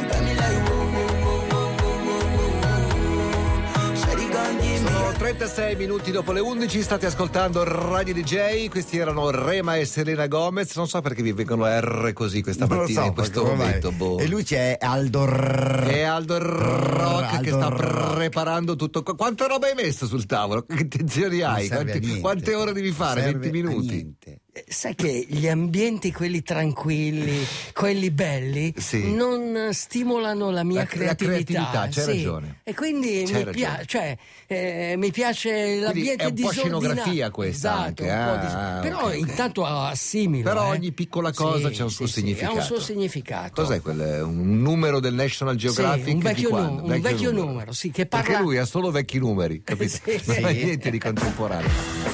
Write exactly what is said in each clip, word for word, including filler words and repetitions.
got me like whoa, whoa, whoa, whoa, whoa, whoa, whoa. Shawty gon' give me. Sono trentasei minuti dopo le undici, state ascoltando Radio D J. Questi erano Rema e Selena Gomez. Non so perché vi vengono R così questa Non lo mattina so, in questo perché momento. ormai- Boh. E lui c'è Aldo R- È Aldo il Rock Aldo che sta Rock. preparando tutto. Qu- Quanta roba hai messo sul tavolo? Che intenzioni Non hai? serve a Quanti- niente. quante ore devi fare? Serve venti a minuti? niente. Sai che gli ambienti, quelli tranquilli, quelli belli, Sì. non stimolano la mia La- la creatività. creatività, c'hai sì. ragione. E quindi C'hai mi, pia- ragione. cioè, eh, mi piace l'ambiente è un po' disordinato. scenografia questa Esatto, anche, un po' ah, dis- ah, però ok, ok. intanto assimilo. Però eh. ogni piccola cosa Sì, c'è un suo sì, sì, significato. ha un suo significato. Cos'è quel, un numero del National Geographic? Sì, un vecchio, di quando? nu- un vecchio numero, sì, che parla. Perché lui ha solo vecchi numeri, capito? Sì. Non ha niente di contemporaneo.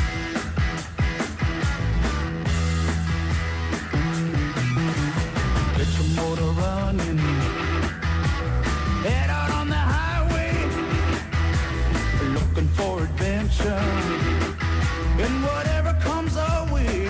Get your motor running. Head out on the highway, looking for adventure. And whatever comes our way.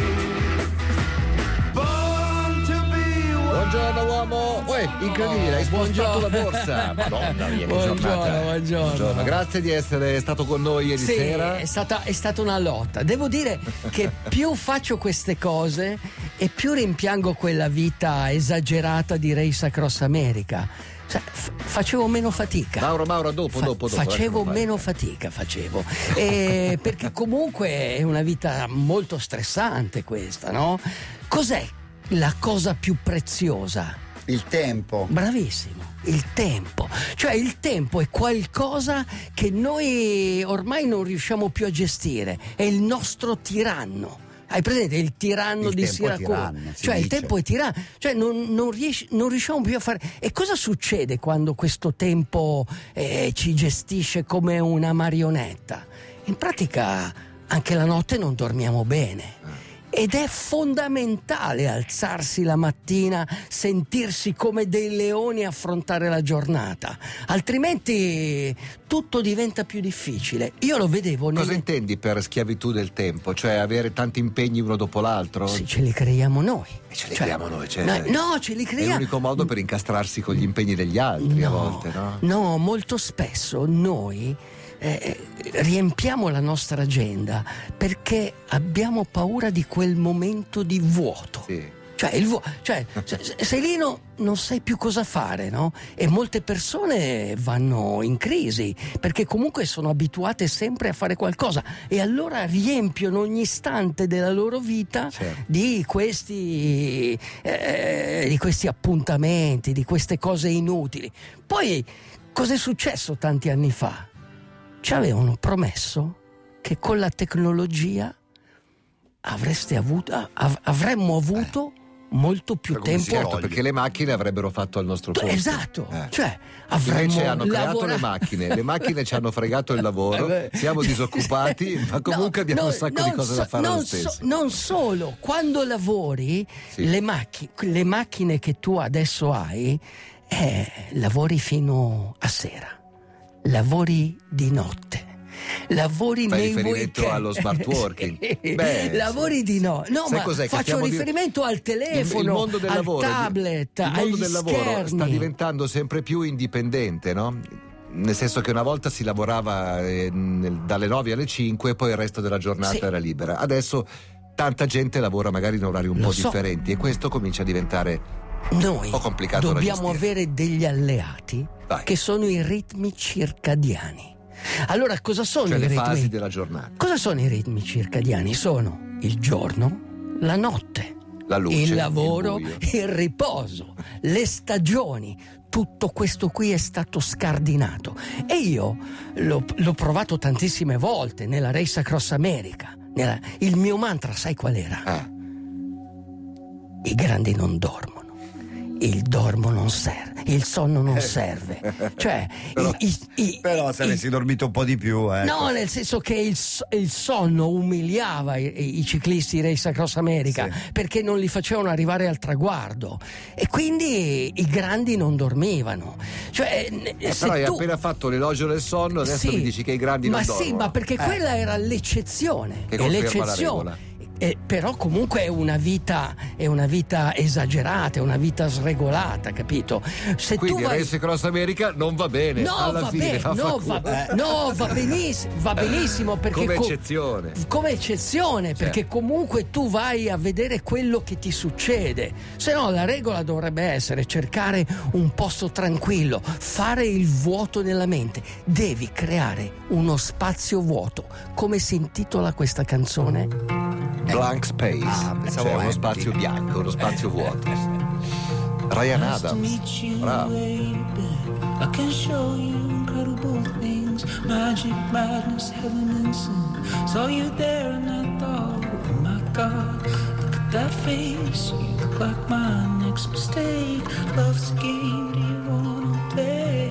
Born to be wild. Buongiorno uomo, Uè, incredibile, hai spostato la borsa. Madonna mia, che Buongiorno, giornata. buongiorno. Grazie di essere stato con noi ieri Sì, sera. è stata, è stata una lotta. Devo dire che più faccio queste cose e più rimpiango quella vita esagerata di Race Across America. Cioè, f- facevo meno fatica. Mauro, Mauro, dopo, Fa- dopo, dopo. facevo lasciamo fare. meno fatica, facevo. E perché comunque è una vita molto stressante questa, no? Cos'è la cosa più preziosa? Il tempo. Bravissimo, il tempo. Cioè il tempo è qualcosa che noi ormai non riusciamo più a gestire, è il nostro tiranno. Hai presente il tiranno Il di tempo è Siracusa? tiranno, si Cioè il dice. tempo è tiranno, cioè non, non, riesci- non riusciamo più a fare. E cosa succede quando questo tempo eh, ci gestisce come una marionetta? In pratica anche la notte non dormiamo bene. Ed è fondamentale alzarsi la mattina, sentirsi come dei leoni e affrontare la giornata, altrimenti tutto diventa più difficile. Io lo vedevo nelle... Cosa intendi per schiavitù del tempo? Cioè avere tanti impegni uno dopo l'altro? Sì, ce li creiamo noi. E ce li Cioè, creiamo noi, cioè, no, no, ce li È creiamo. l'unico modo per incastrarsi con gli impegni degli altri a volte, no? No, molto spesso noi eh, riempiamo la nostra agenda perché abbiamo paura di quel momento di vuoto. Sì. Cioè, il vu- cioè se- se- sei lì no, non sai più cosa fare, no? E molte persone vanno in crisi perché comunque sono abituate sempre a fare qualcosa e allora riempiono ogni istante della loro vita Certo. di questi eh, di questi appuntamenti, di queste cose inutili. Poi cos'è successo tanti anni fa? Ci avevano promesso che con la tecnologia avreste avuto av- avremmo avuto molto più Per come si tempo. Certo, perché le macchine avrebbero fatto al nostro posto. Esatto, Eh. cioè avremmo Invece hanno creato lavorato- le macchine, le macchine ci hanno fregato il lavoro, Eh beh. siamo disoccupati, ma comunque No, abbiamo no, un sacco non di cose so- da fare non lo so- stesso. non solo, quando lavori, Sì. le, macchi- le macchine che tu adesso hai, eh, lavori fino a sera, lavori di notte. Lavori Fai nei riferimento weekend. allo smart working. Sì. Beh, lavori sì. di no, no, Sai ma cos'è che faccio stiamo di- riferimento al telefono, il, il mondo del al lavoro, tablet, il mondo agli del lavoro schermi. sta diventando sempre più indipendente, no? Nel senso che una volta si lavorava eh, nel- dalle nove alle cinque e poi il resto della giornata Sì. era libera. Adesso tanta gente lavora magari in orari un Lo po' so. differenti e questo comincia a diventare Noi un po' complicato da dobbiamo gestire. avere degli alleati Vai. che sono i ritmi circadiani. Allora, cosa sono cioè i le ritmi? fasi della giornata, Cosa sono i ritmi circadiani? Sono il giorno, la notte, la luce, il lavoro, il il, buio. riposo, le stagioni. Tutto questo qui è stato scardinato e io l'ho, l'ho provato tantissime volte nella Race Across America. Nella- il mio mantra, sai qual era? Eh, I grandi non dormono. Il dormo non serve, il sonno non serve. Cioè, Però- i- i- i- Però se i- avessi dormito un po' di più, ecco. No, nel senso che il, so- il sonno umiliava i, i ciclisti Race Across America Sì. perché non li facevano arrivare al traguardo e quindi i grandi non dormivano. Cioè, ne- eh, se però hai tu- appena fatto l'elogio del sonno, adesso Sì, mi dici che i grandi ma non sì, dormono. ma perché Eh, quella era l'eccezione. Che e conferma la l'eccezione. regola. Eh, però comunque è una vita è una vita esagerata, è una vita sregolata, capito? Se Quindi tu vai... Race Cross America non va bene. No, alla va fine bene, fa no, fa va, culo. no, va benissimo, va benissimo perché come co- eccezione. come eccezione, perché comunque tu vai a vedere quello che ti succede. Se no la regola dovrebbe essere cercare un posto tranquillo, fare il vuoto nella mente. Devi creare uno spazio vuoto. Come si intitola questa canzone? Blank Space, Ah, pensavo cioè uno empty. spazio bianco, uno spazio vuoto. Ryan Nice to Adams, meet you, bravo. baby. I can show you incredible things, magic, madness, heaven and sin. Saw you there and I thought, oh my God, look at that face. You look like my next mistake. Love's a game, do you wanna play?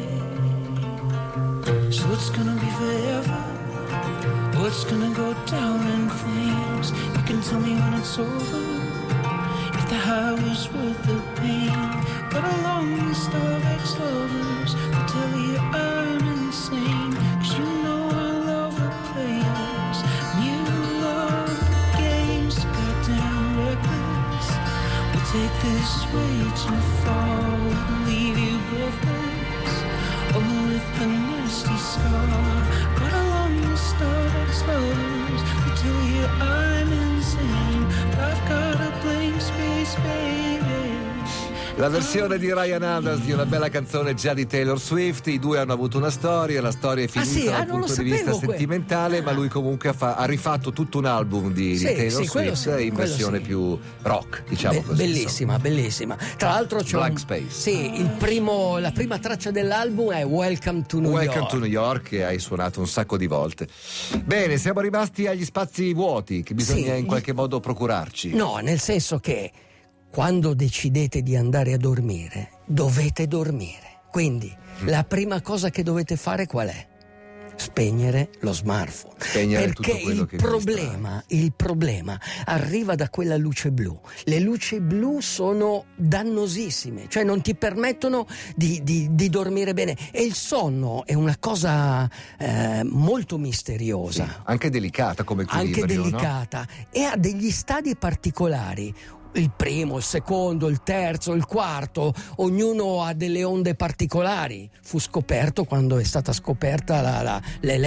So it's gonna be forever, or it's gonna go down in flames. You can tell me when it's over, if the high was worth the pain. But along the Starbucks lovers, they tell you I'm insane. Cause you know I love the players, and you love the games. So goddamn reckless, we'll take this way too far. We'll leave you breathless, oh with a nasty scar. But along the Starbucks lovers, they tell you I'm insane. But I've got a blank space, baby. La versione di Ryan Adams di una bella canzone già di Taylor Swift. I due hanno avuto una storia, la storia è finita Ah, sì? dal Ah, non lo punto di vista sapevo que- sentimentale, ma lui comunque ha, fa- ha rifatto tutto un album di, di Sì, Taylor sì, quello Swift sì, in quello versione sì. più rock, diciamo Be- così. bellissima, bellissima. Tra l'altro c'è Blank un- Space. Sì, il primo, la prima traccia dell'album è Welcome to New Welcome York. to New York, che hai suonato un sacco di volte. Bene, siamo rimasti agli spazi vuoti che bisogna Sì. in qualche modo procurarci. No, nel senso che quando decidete di andare a dormire, dovete dormire. Quindi Mm. la prima cosa che dovete fare qual è? Spegnere lo smartphone. Spegnere Perché tutto quello il che vi problema, il problema arriva da quella luce blu. Le luci blu sono dannosissime, cioè non ti permettono di, di- di dormire bene. E il sonno è una cosa eh, molto misteriosa. Sì, anche delicata come equilibrio, Anche no? delicata, e ha degli stadi particolari. Il primo, il secondo, il terzo, il quarto, ognuno ha delle onde particolari. Fu scoperto quando è stata scoperta la, la,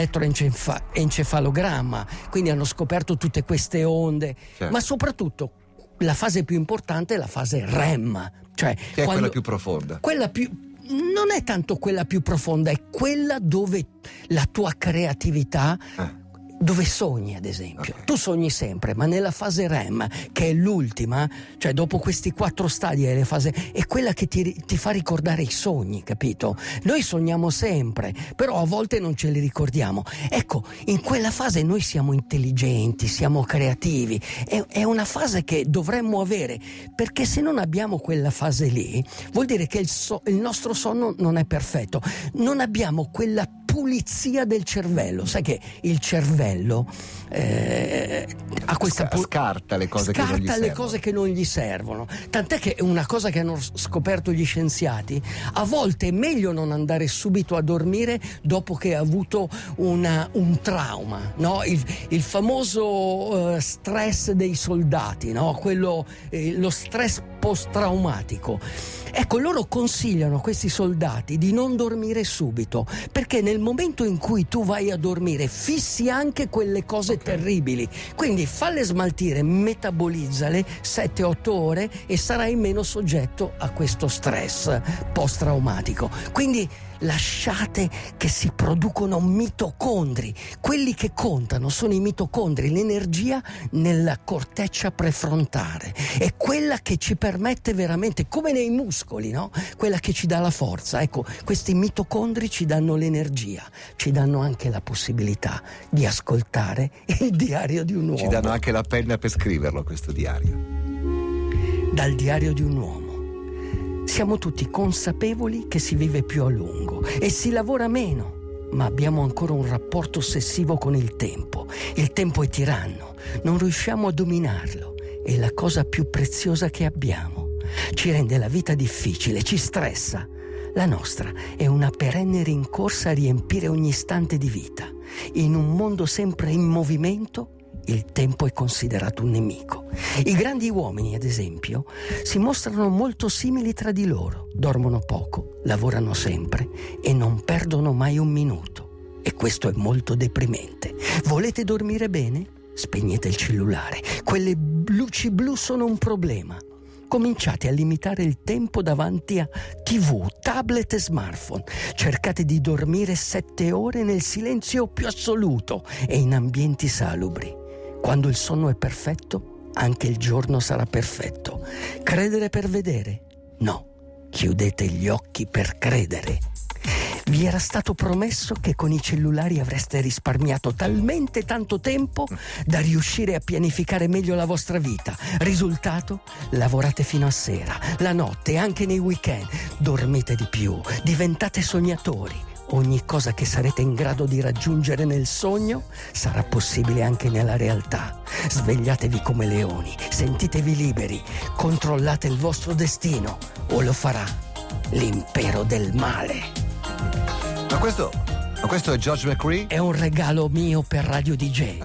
l'elettroencefalogramma, quindi hanno scoperto tutte queste onde, Certo. ma soprattutto la fase più importante è la fase R E M, cioè Che è quando- quella più profonda. quella più non è tanto quella più profonda, è quella dove la tua creatività, Eh. dove sogni, ad esempio. Ok. Tu sogni sempre, ma nella fase R E M, che è l'ultima, cioè dopo questi quattro stadi è, le fase, è quella che ti, ti fa ricordare i sogni, capito? Noi sogniamo sempre, però a volte non ce li ricordiamo. Ecco, in quella fase noi siamo intelligenti, siamo creativi, è, è una fase che dovremmo avere, perché se non abbiamo quella fase lì, vuol dire che il, so- il nostro sonno non è perfetto, non abbiamo quella pulizia del cervello. Sai che il cervello eh, ha questa Sca- scarta le cose che non gli scarta le servono. cose che non gli servono. Tant'è che è una cosa che hanno scoperto gli scienziati: a volte è meglio non andare subito a dormire dopo che ha avuto una- un trauma, no? il, il famoso eh, stress dei soldati, no? Quello, eh, lo stress post-traumatico. Ecco, loro consigliano a questi soldati di non dormire subito, perché nel momento in cui tu vai a dormire fissi anche quelle cose terribili, quindi falle smaltire, metabolizzale sette otto ore e sarai meno soggetto a questo stress post-traumatico. Quindi lasciate che si producono mitocondri. Quelli che contano sono i mitocondri, l'energia nella corteccia prefrontale, è quella che ci permette veramente, come nei muscoli, no? Quella che ci dà la forza. Ecco, questi mitocondri ci danno l'energia, ci danno anche la possibilità di ascoltare il diario di un uomo. Ci danno anche la penna per scriverlo questo diario. Dal diario di un uomo. Siamo tutti consapevoli che si vive più a lungo e si lavora meno, ma abbiamo ancora un rapporto ossessivo con il tempo. Il tempo è tiranno, non riusciamo a dominarlo, è la cosa più preziosa che abbiamo. Ci rende la vita difficile, ci stressa. La nostra è una perenne rincorsa a riempire ogni istante di vita. In un mondo sempre in movimento, il tempo è considerato un nemico. I grandi uomini, ad esempio, si mostrano molto simili tra di loro, dormono poco, lavorano sempre e non perdono mai un minuto. E questo è molto deprimente. Volete dormire bene? Spegnete il cellulare. Quelle luci blu sono un problema. Cominciate a limitare il tempo davanti a tivù, tablet e smartphone. Cercate di dormire sette ore nel silenzio più assoluto e in ambienti salubri. Quando il sonno è perfetto, anche il giorno sarà perfetto. Credere per vedere? No, chiudete gli occhi per credere. Vi era stato promesso che con i cellulari avreste risparmiato talmente tanto tempo da riuscire a pianificare meglio la vostra vita. Risultato? Lavorate fino a sera, la notte e anche nei weekend. Dormite di più, diventate sognatori. Ogni cosa che sarete in grado di raggiungere nel sogno sarà possibile anche nella realtà. Svegliatevi come leoni, sentitevi liberi, controllate il vostro destino o lo farà l'impero del male. Ma questo, ma questo è George McCree? È un regalo mio per Radio D J.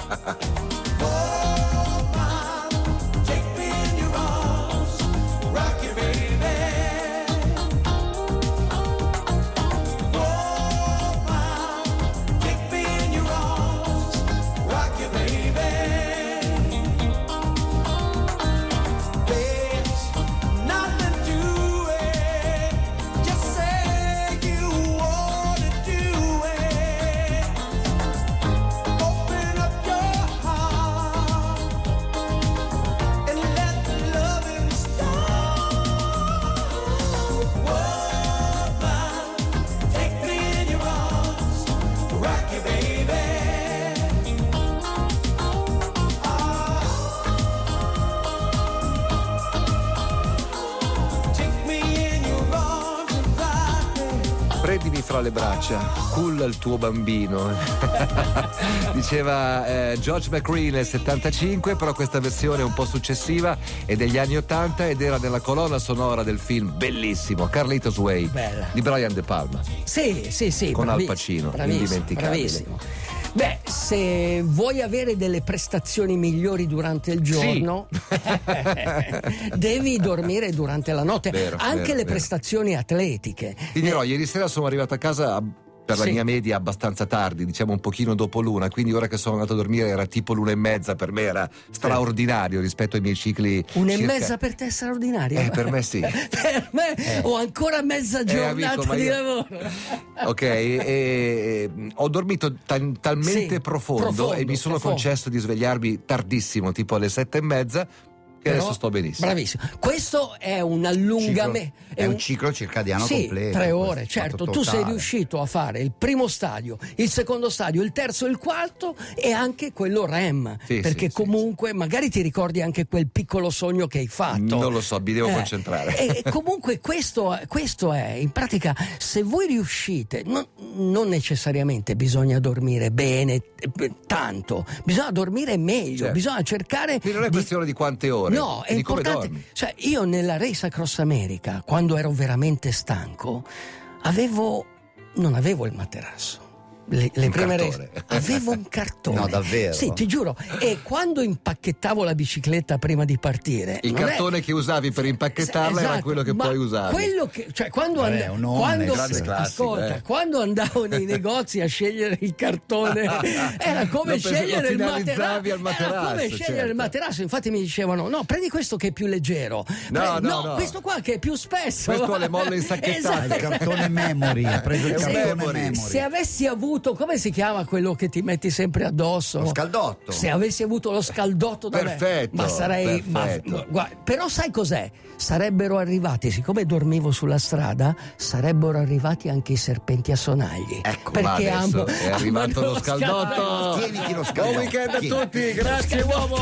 Prendimi fra le braccia, culla il tuo bambino. Diceva eh, George McCree nel settantacinque, però questa versione è un po' successiva, è degli anni ottanta ed era nella colonna sonora del film bellissimo Carlitos Way. Bella. Di Brian De Palma. Sì, sì, sì. Con bravi- Al Pacino, bravissimo, indimenticabile. bravissimo. Beh, se vuoi avere delle prestazioni migliori durante il giorno, devi dormire durante la notte. Vero, Anche vero, le vero. prestazioni atletiche. Ti dirò, ieri sera sono arrivato a casa a- per la Sì. mia media abbastanza tardi, diciamo un pochino dopo l'una, quindi ora che sono andato a dormire era tipo l'una e mezza, per me era straordinario rispetto ai miei cicli. Una e circa- mezza per te è straordinaria? Eh, per me sì. Per me ho ancora mezza giornata amico, ma di io- lavoro. Ok, e, e, ho dormito tal- talmente Sì, profondo, profondo, e mi sono profondo. concesso di svegliarmi tardissimo, tipo alle sette e mezza, che Però- adesso sto benissimo. Bravissimo. Questo è un allungamento. È un ciclo circadiano sì, completo. tre ore, questo, certo. fatto Tu sei totale. riuscito a fare il primo stadio, il secondo stadio, il terzo, il quarto e anche quello R E M. Sì, perché sì, comunque magari ti ricordi anche quel piccolo sogno che hai fatto. Non lo so, mi devo concentrare. E comunque questo, questo è, in pratica, se voi riuscite, non, non necessariamente bisogna dormire bene, eh, tanto, bisogna dormire meglio, Certo. bisogna cercare. Quindi non è di- questione di quante ore, No, è di come importante. dormi. Cioè, io nella Race Across America, quando ero veramente stanco, avevo non avevo il materasso. Le, le Un prime cartone. race- avevo un cartone. No, davvero? Sì, ti giuro. E quando impacchettavo la bicicletta prima di partire, Il non è- cartone che usavi per impacchettarla era Esatto, quello che ma poi usavi. Quello che, cioè, quando, Vabbè, and- un onne, quando, grande classico, ascolta, eh. quando andavo nei negozi a scegliere il cartone, era come Lo penso- scegliere lo il finalizzavi materasso. al materasso, Era come scegliere certo. il materasso. Infatti mi dicevano: no, prendi questo che è più leggero. No, Pre- no, no. questo qua che è più spesso. Questo ha le molle insacchettate. Il cartone memory, ha preso il È un cartone memory. memory. Se avessi avuto, come si chiama quello che ti metti sempre addosso? Lo scaldotto. Se avessi avuto lo scaldotto da me, Perfetto, ma sarei. ma- perfetto. ma- guarda, però sai cos'è? Sarebbero arrivati, siccome dormivo sulla strada, sarebbero arrivati anche i serpenti a sonagli. Ecco, perché ma adesso amo- è arrivato amano lo scaldotto. Tieniti lo Buon scaldotto. weekend a Tieni. tutti, grazie uomo.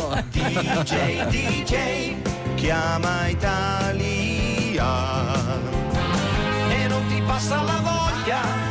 D J, D J, chiama Italia e non ti passa la voglia